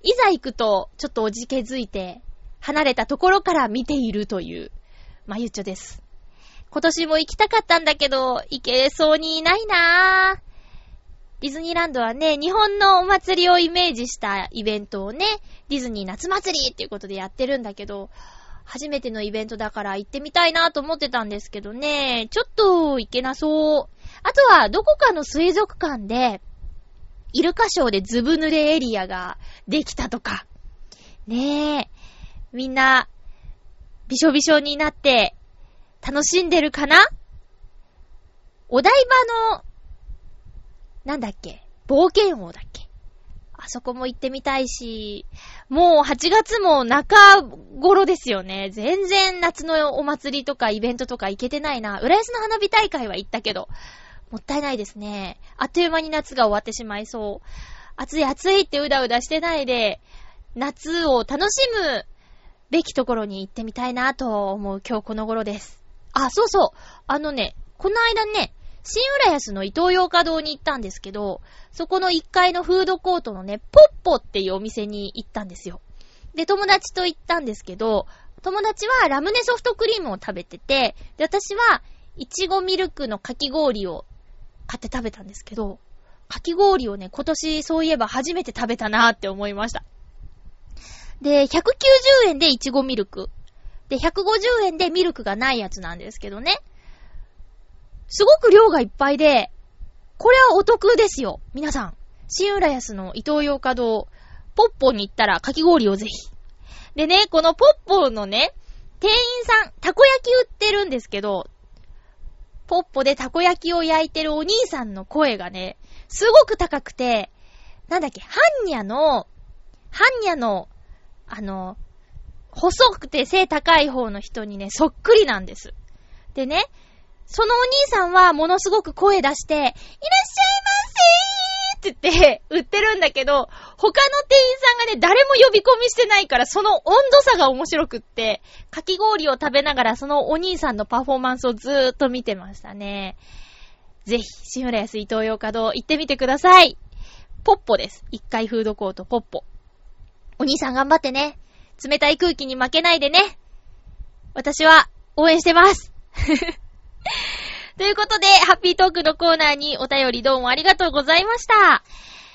いざ行くとちょっとおじけづいて離れたところから見ているというまゆっちょです。今年も行きたかったんだけど行けそうにいないなぁ。ディズニーランドはね、日本のお祭りをイメージしたイベントをね、ディズニー夏祭りっていうことでやってるんだけど、初めてのイベントだから行ってみたいなと思ってたんですけどね、ちょっと行けなそう。あとはどこかの水族館でイルカショーでずぶ濡れエリアができたとかねえ、みんなびしょびしょになって楽しんでるかな。お台場のなんだっけ、冒険王だっけ、あそこも行ってみたいし、もうはちがつも中頃ですよね。全然夏のお祭りとかイベントとか行けてないな。浦安の花火大会は行ったけどもったいないですね。あっという間に夏が終わってしまいそう。暑い暑いってうだうだしてないで、夏を楽しむべきところに行ってみたいなと思う今日この頃です。あ、そうそう。あのね、この間ね、新浦安のイトーヨーカ堂に行ったんですけど、そこのいっかいのフードコートのね、ポッポっていうお店に行ったんですよ。で、友達と行ったんですけど、友達はラムネソフトクリームを食べてて、で、私はいちごミルクのかき氷を買って食べたんですけど、かき氷をね、今年そういえば初めて食べたなーって思いました。で、ひゃくきゅうじゅうえんでいちごミルク。で、ひゃくごじゅうえんでミルクがないやつなんですけどね。すごく量がいっぱいで、これはお得ですよ。皆さん、新浦安のイトーヨーカ堂、ポッポに行ったらかき氷をぜひ。でね、このポッポのね、店員さん、たこ焼き売ってるんですけど、ポッポでたこ焼きを焼いてるお兄さんの声がね、すごく高くて、なんだっけ、ハンニャの、ハンニャの、あの、細くて背高い方の人にね、そっくりなんです。でね、そのお兄さんはものすごく声出して、いらっしゃいませーって言って売ってるんだけど、他の店員さんがね、誰も呼び込みしてないから、その温度差が面白くって、かき氷を食べながらそのお兄さんのパフォーマンスをずーっと見てましたね。ぜひ、新浦安イトーヨーカ堂行ってみてください。ポッポです。一階フードコートポッポ。お兄さん頑張ってね。冷たい空気に負けないでね。私は応援してます。ということで、ハッピートークのコーナーにお便りどうもありがとうございました。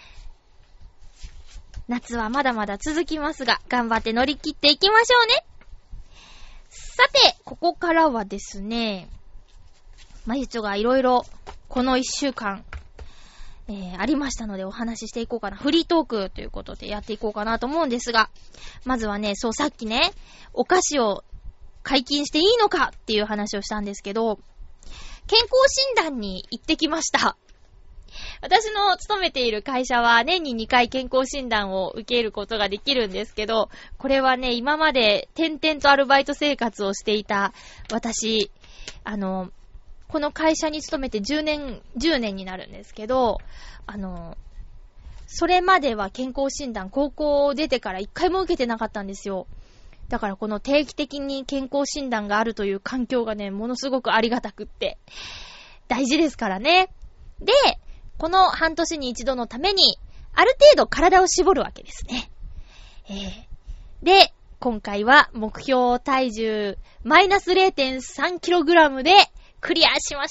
夏はまだまだ続きますが、頑張って乗り切っていきましょうね。さて、ここからはですね、まゆちょがいろいろこの一週間、えー、ありましたのでお話ししていこうかな。フリートークということでやっていこうかなと思うんですが、まずはね、そうさっきね、お菓子を解禁していいのかっていう話をしたんですけど、健康診断に行ってきました。私の勤めている会社は年ににかい健康診断を受けることができるんですけど、これはね、今まで点々とアルバイト生活をしていた私、あの、この会社に勤めてじゅうねん、じゅうねんになるんですけど、あの、それまでは健康診断、高校出てからいっかいも受けてなかったんですよ。だからこの定期的に健康診断があるという環境がね、ものすごくありがたくって、大事ですからね。で、この半年に一度のために、ある程度体を絞るわけですね。えー、で、今回は目標体重マイナス れいてんさんキログラム でクリアしました。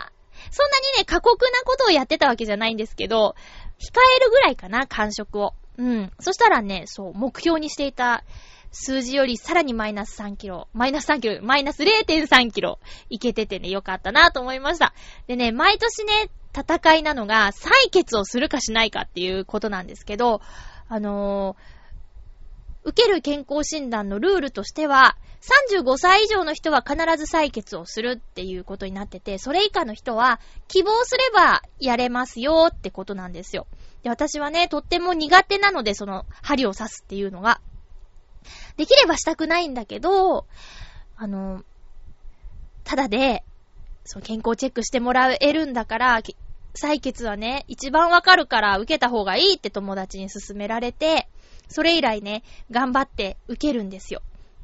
そんなにね、過酷なことをやってたわけじゃないんですけど、控えるぐらいかな、間食を。うん。そしたらね、そう、目標にしていた数字よりさらにマイナスさんキロ、マイナスさんキロ、マイナス れいてんさんキロいけててね、よかったなと思いました。でね、毎年ね、戦いなのが採血をするかしないかっていうことなんですけど、あのー、受ける健康診断のルールとしては、さんじゅうごさい以上の人は必ず採血をするっていうことになってて、それ以下の人は希望すればやれますよってことなんですよ。で、私はね、とっても苦手なので、その針を刺すっていうのが。できればしたくないんだけど、あの、ただで、そう、健康チェックしてもらえるんだから、採血はね、一番わかるから受けた方がいいって友達に勧められて、それ以来ね、頑張って受けるんですよ。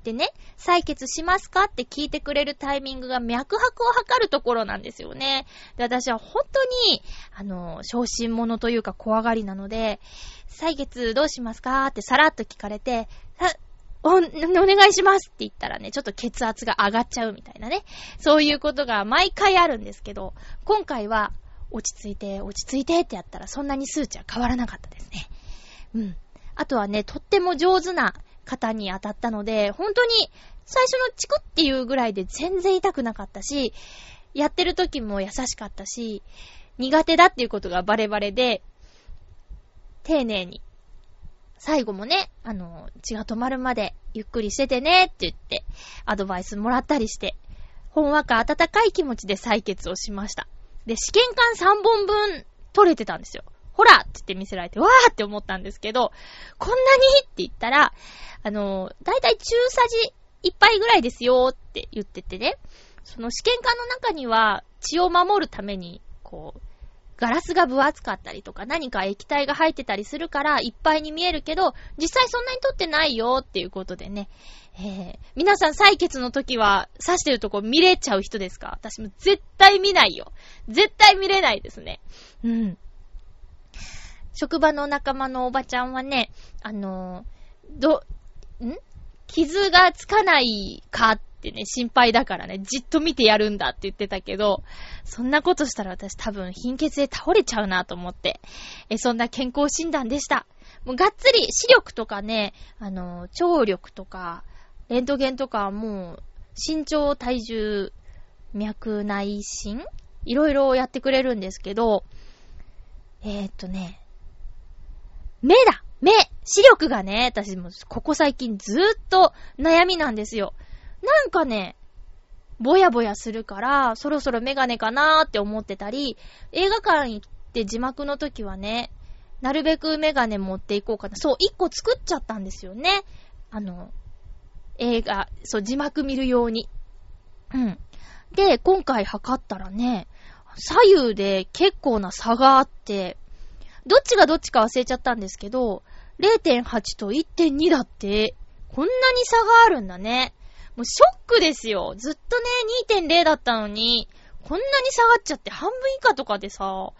でね、採血しますかって聞いてくれるタイミングが脈拍を測るところなんですよね。で、私は本当に、あの、小心者というか怖がりなので、採血どうしますかってさらっと聞かれて、お、お願いしますって言ったらね、ちょっと血圧が上がっちゃうみたいなね。そういうことが毎回あるんですけど、今回は落ち着いて、落ち着いてってやったらそんなに数値は変わらなかったですね。うん。あとはね、とっても上手な方に当たったので、本当に最初のチクっていうぐらいで全然痛くなかったし、やってる時も優しかったし、苦手だっていうことがバレバレで、丁寧に、最後もね、あの、血が止まるまでゆっくりしててねって言って、アドバイスもらったりして、ほんわか温かい気持ちで採血をしました。で、試験管さんぼんぶん取れてたんですよ。ほらって言って見せられて、わーって思ったんですけど、こんなにって言ったら、あの、だいたい中さじいっぱいぐらいですよって言っててね、その試験管の中には血を守るために、こう、ガラスが分厚かったりとか何か液体が入ってたりするからいっぱいに見えるけど、実際そんなに取ってないよっていうことでね、えー、皆さん採血の時は刺してるとこ見れちゃう人ですか？私も絶対見ないよ。絶対見れないですね。うん。職場の仲間のおばちゃんはね、あのー、ど、ん？傷がつかないかってね、心配だからね、じっと見てやるんだって言ってたけど、そんなことしたら私多分貧血で倒れちゃうなと思って、え、そんな健康診断でした。もうがっつり視力とかね、あのー、聴力とか、レントゲンとかもう、身長、体重、脈内心いろいろやってくれるんですけど、えーっとね、目だ目視力がね、私もここ最近ずーっと悩みなんですよ。なんかね、ぼやぼやするから、そろそろメガネかなーって思ってたり、映画館行って字幕の時はね、なるべくメガネ持っていこうかな。そう、一個作っちゃったんですよね。あの、映画、そう、字幕見るように。うん。で、今回測ったらね、左右で結構な差があって、どっちがどっちか忘れちゃったんですけど、れいてんはち と いってんに だって、こんなに差があるんだね。もうショックですよ。ずっとね、にてんれい だったのに、こんなに下がっちゃって半分以下とかでさ、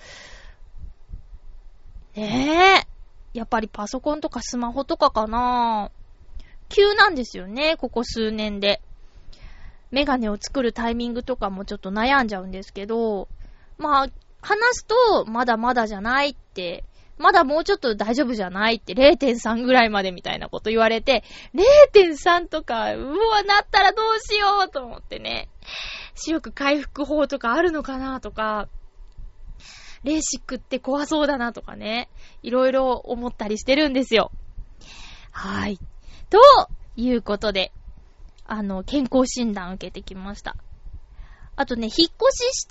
ねえ。やっぱりパソコンとかスマホとかかな。急なんですよね、ここ数年で。メガネを作るタイミングとかもちょっと悩んじゃうんですけど、まあ、話すと、まだまだじゃないって、まだもうちょっと大丈夫じゃないって、れいてんさん ぐらいまでみたいなこと言われて、れいてんさん とか、うわ、なったらどうしようと思ってね。視力回復法とかあるのかなとか、レーシックって怖そうだなとかね、いろいろ思ったりしてるんですよ。はい。ということで、あの、健康診断受けてきました。あとね、引っ越しして、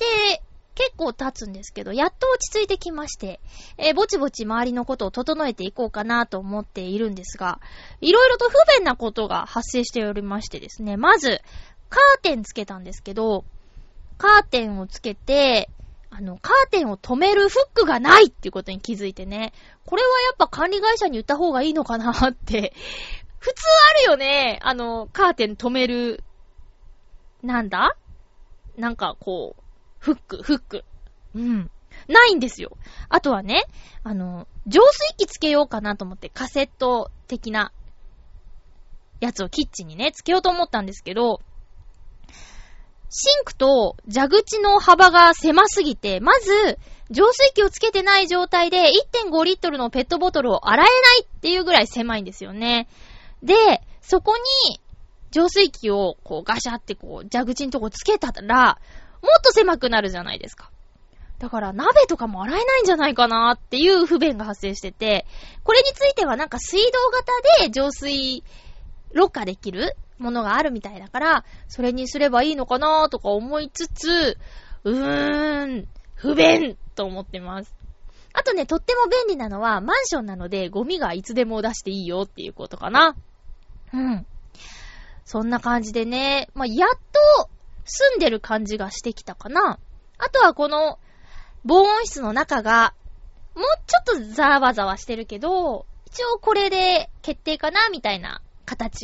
結構経つんですけど、やっと落ち着いてきまして、えー、ぼちぼち周りのことを整えていこうかなと思っているんですが、いろいろと不便なことが発生しておりましてですね、まず、カーテンつけたんですけど、カーテンをつけて、あの、カーテンを止めるフックがないっていうことに気づいてね、これはやっぱ管理会社に言った方がいいのかなって、普通あるよね、あの、カーテン止める、なんだ？なんかこう、フック、フック。うん。ないんですよ。あとはね、あの、浄水器つけようかなと思って、カセット的なやつをキッチンにね、つけようと思ったんですけど、シンクと蛇口の幅が狭すぎて、まず、浄水器をつけてない状態で いってんごリットルのペットボトルを洗えないっていうぐらい狭いんですよね。で、そこに、浄水器をこうガシャってこう蛇口のとこつけたら、もっと狭くなるじゃないですか。だから鍋とかも洗えないんじゃないかなっていう不便が発生してて、これについてはなんか水道型で浄水ろ過できるものがあるみたいだから、それにすればいいのかなとか思いつつ、うーん、不便と思ってます。あとね、とっても便利なのはマンションなのでゴミがいつでも出していいよっていうことかな。うん。そんな感じでね、まあ、やっと住んでる感じがしてきたかな。あとはこの防音室の中がもうちょっとざわざわしてるけど、一応これで決定かなみたいな形が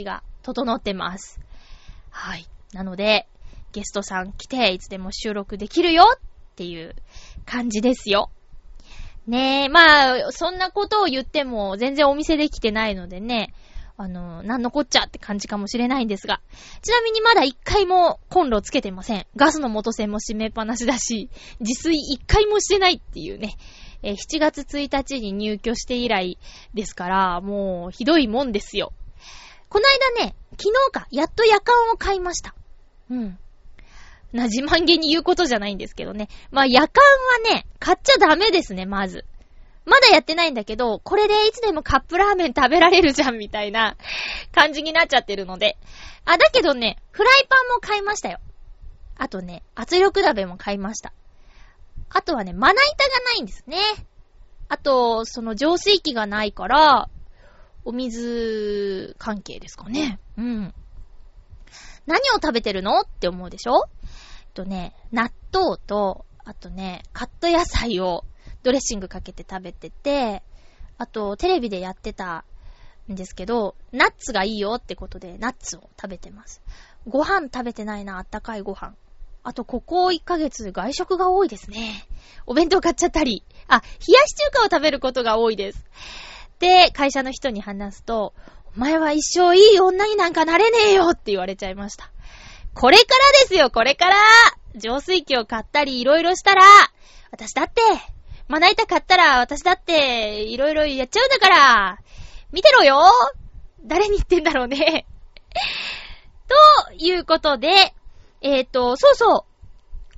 整ってます。はい。なので、ゲストさん来ていつでも収録できるよっていう感じですよ。ねえ、まあ、そんなことを言っても全然お店できてないのでね、あの、なんのこっちゃって感じかもしれないんですが、ちなみにまだ一回もコンロつけてません。ガスの元栓も閉めっぱなしだし、自炊一回もしてないっていうね、えー、しちがつついたちに入居して以来ですから、もうひどいもんですよ。この間ね、昨日か、やっと夜間を買いました。うん。な、自慢げに言うことじゃないんですけどね。まあ夜間はね、買っちゃダメですね、まず。まだやってないんだけど、これでいつでもカップラーメン食べられるじゃんみたいな感じになっちゃってるので。あ、だけどね、フライパンも買いましたよ。あとね、圧力鍋も買いました。あとはね、まな板がないんですね。あと、その浄水器がないから、お水関係ですかね。うん。何を食べてるのって思うでしょ？えっとね、納豆と、あとね、カット野菜をドレッシングかけて食べてて、あとテレビでやってたんですけど、ナッツがいいよってことでナッツを食べてます。ご飯食べてないな、あったかいご飯。あとここいっかげつ外食が多いですね。お弁当買っちゃったり、あ、冷やし中華を食べることが多いです。で、会社の人に話すと、お前は一生いい女になんかなれねえよって言われちゃいました。これからですよ、これから浄水器を買ったりいろいろしたら、私だって、まな板買ったら私だっていろいろやっちゃうんだから、見てろよ。誰に言ってんだろうね。ということで、えっと、そうそう、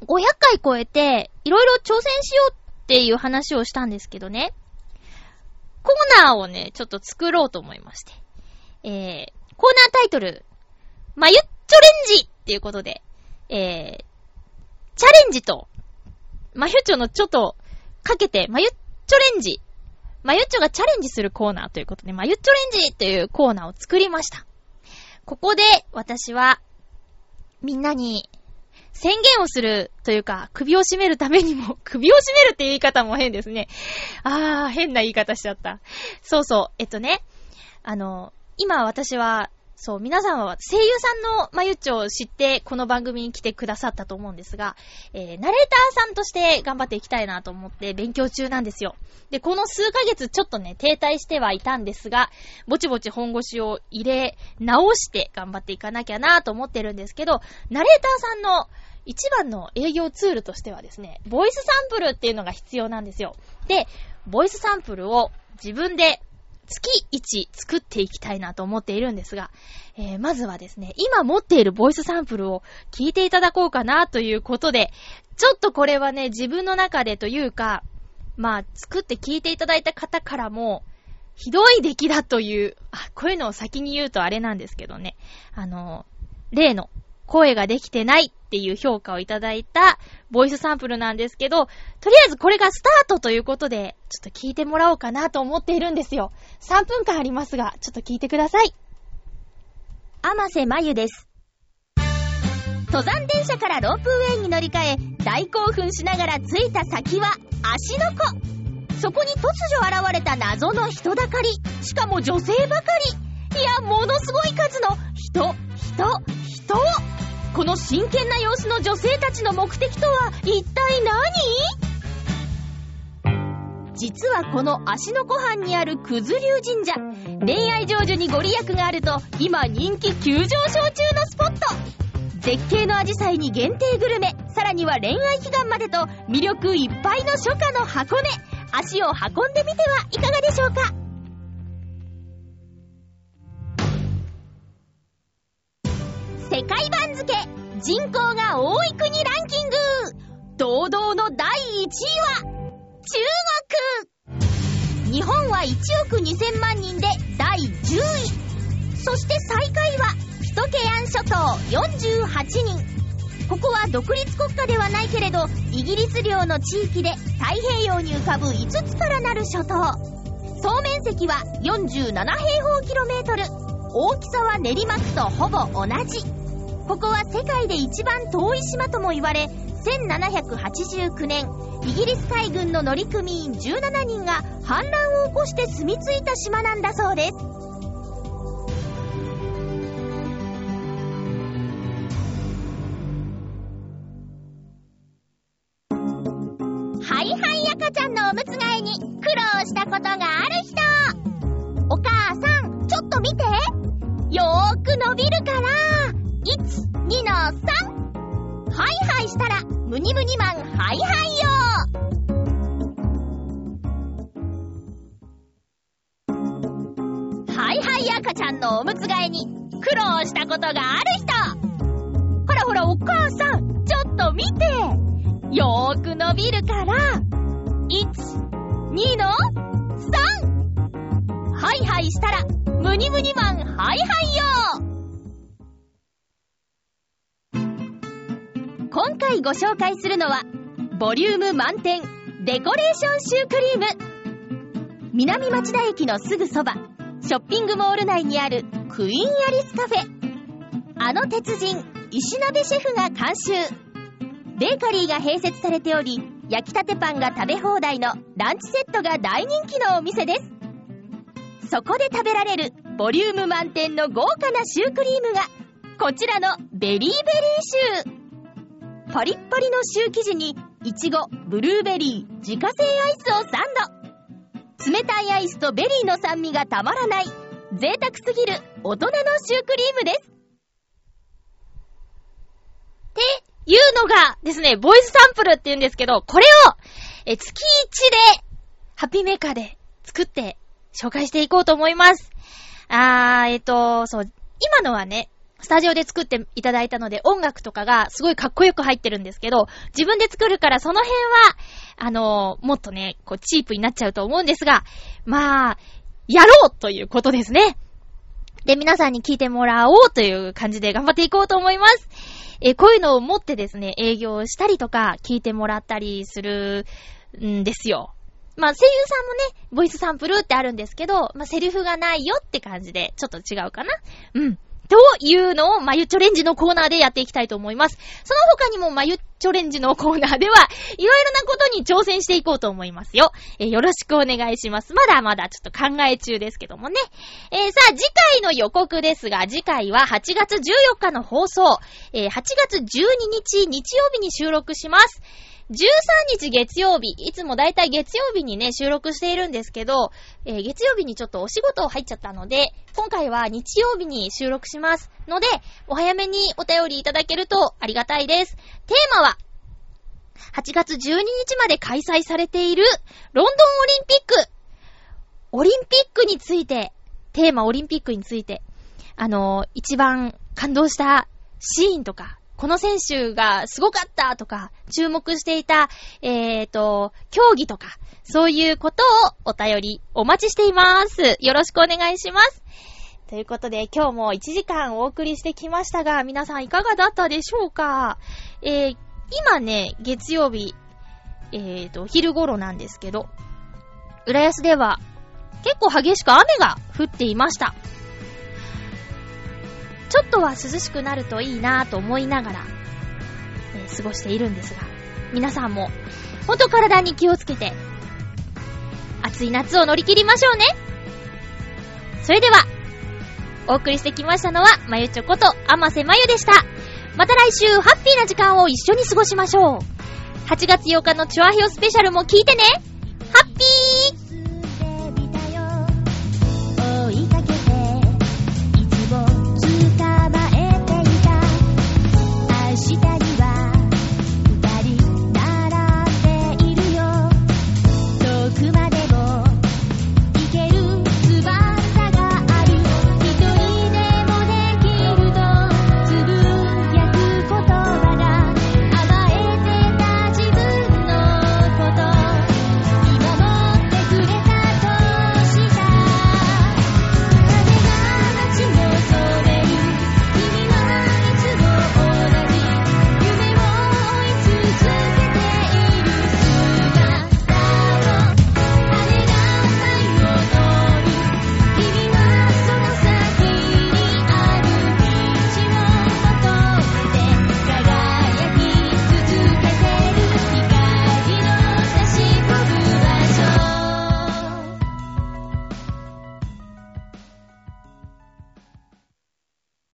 ごひゃっかい超えていろいろ挑戦しようっていう話をしたんですけどね、コーナーをね、ちょっと作ろうと思いまして。えー、コーナータイトル、まゆっちょレンジっていうことで、えー、チャレンジと、まゆっちょのちょっとかけて、まゆっちょレンジ、まゆっちょがチャレンジするコーナーということで、まゆっちょレンジっていうコーナーを作りました。ここで私は、みんなに宣言をするというか、首を絞めるためにも、首を絞めるって言い方も変ですね。あー、変な言い方しちゃった。そうそう、えっとね、あの、今私は、そう、皆さんは声優さんのまゆっちょを知ってこの番組に来てくださったと思うんですが、えー、ナレーターさんとして頑張っていきたいなと思って勉強中なんですよ。で、この数ヶ月ちょっとね、停滞してはいたんですが、ぼちぼち本腰を入れ直して頑張っていかなきゃなと思ってるんですけど、ナレーターさんの一番の営業ツールとしてはですね、ボイスサンプルっていうのが必要なんですよ。で、ボイスサンプルを自分で月いち作っていきたいなと思っているんですが、えー、まずはですね、今持っているボイスサンプルを聞いていただこうかなということで、ちょっとこれはね、自分の中でというか、まあ、作って聞いていただいた方からも、ひどい出来だという、あ、こういうのを先に言うとあれなんですけどね、あの、例の声ができてないっていう評価をいただいたボイスサンプルなんですけど、とりあえずこれがスタートということで、ちょっと聞いてもらおうかなと思っているんですよ。さんぷんかんありますが、ちょっと聞いてください。 天瀬まゆです。登山電車からロープウェイに乗り換え、大興奮しながら着いた先は芦ノ湖。そこに突如現れた謎の人だかり、しかも女性ばかり。いや、ものすごい数の人、人、人。この真剣な様子の女性たちの目的とは一体何？実はこの芦ノ湖畔にある九頭龍神社、恋愛成就にご利益があると今人気急上昇中のスポット。絶景のアジサイに限定グルメ、さらには恋愛祈願までと魅力いっぱいの初夏の箱根。足を運んでみてはいかがでしょうか。世界番付人口が多い国ランキング、堂々のだいいちいは中国。日本はいちおくにせんまんにんでだいじゅうい。そして最下位はヒトケアン諸島よんじゅうはちにん。ここは独立国家ではないけれど、イギリス領の地域で太平洋に浮かぶいつつからなる諸島。総面積はよんじゅうななへいほうキロメートル。大きさは練馬区とほぼ同じ。ここは世界で一番遠い島とも言われ、せんななひゃくはちじゅうきゅうねん、イギリス海軍の乗組員じゅうななにんが反乱を起こして住み着いた島なんだそうです。 ことがある人。お母さん、ちょっと見て。よーく伸びるから。いち、にのさん。ハイハイしたら、ムニムニマンハイハイよ。はいはい赤ちゃんのおむつ替えに苦労したことがある人。ほらほらお母さん、ちょっと見て。よーく伸びるから。いち、にのさん。はいはいしたら、ムニムニマンハイハイよ。今回ご紹介するのは、ボリューム満点デコレーションシュークリーム。南町田駅のすぐそば、ショッピングモール内にあるクイーンアリスカフェ。あの鉄人石鍋シェフが監修。ベーカリーが併設されており、焼きたてパンが食べ放題のランチセットが大人気のお店です。そこで食べられるボリューム満点の豪華なシュークリームがこちらのベリーベリーシュー。パリッパリのシュー生地にイチゴ、ブルーベリー、自家製アイスをサンド。冷たいアイスとベリーの酸味がたまらない贅沢すぎる大人のシュークリームです。っていうのがですね、ボイスサンプルって言うんですけど、これをえ月いちでハッピーメーカーで作って紹介していこうと思います。あー、えっと、そう、今のはね、スタジオで作っていただいたので音楽とかがすごいかっこよく入ってるんですけど、自分で作るからその辺はあのー、もっとねこうチープになっちゃうと思うんですが、まあやろうということですね。で、皆さんに聞いてもらおうという感じで頑張っていこうと思います。えこういうのを持ってですね、営業したりとか聞いてもらったりするんですよ。まあ声優さんもねボイスサンプルってあるんですけど、まあセリフがないよって感じでちょっと違うかな。うんというのをまゆチョレンジのコーナーでやっていきたいと思います。その他にもまゆチョレンジのコーナーではいろいろなことに挑戦していこうと思いますよ。えー、よろしくお願いします。まだまだちょっと考え中ですけどもね。えー、さあ次回の予告ですが、次回ははちがつじゅうよっかの放送、えー、はちがつじゅうににち日曜日に収録します。じゅうさんにち月曜日、いつもだいたい月曜日にね収録しているんですけど、えー、月曜日にちょっとお仕事入っちゃったので、今回は日曜日に収録しますので、お早めにお便りいただけるとありがたいです。テーマははちがつじゅうににちまで開催されているロンドンオリンピック。オリンピックについて、テーマオリンピックについて、あのー、一番感動したシーンとか、この選手がすごかったとか、注目していた、えーと、競技とか、そういうことをお便りお待ちしています。よろしくお願いします。ということで、今日もいちじかんお送りしてきましたが、皆さんいかがだったでしょうか？えー、今ね、月曜日、えーと、昼頃なんですけど、浦安では結構激しく雨が降っていました。ちょっとは涼しくなるといいなぁと思いながら、えー、過ごしているんですが、皆さんもほんと体に気をつけて暑い夏を乗り切りましょうね。それではお送りしてきましたのはまゆちょこと甘瀬まゆでした。また来週ハッピーな時間を一緒に過ごしましょう。はちがつようかのチョアヘヨスペシャルも聞いてね。ハッピー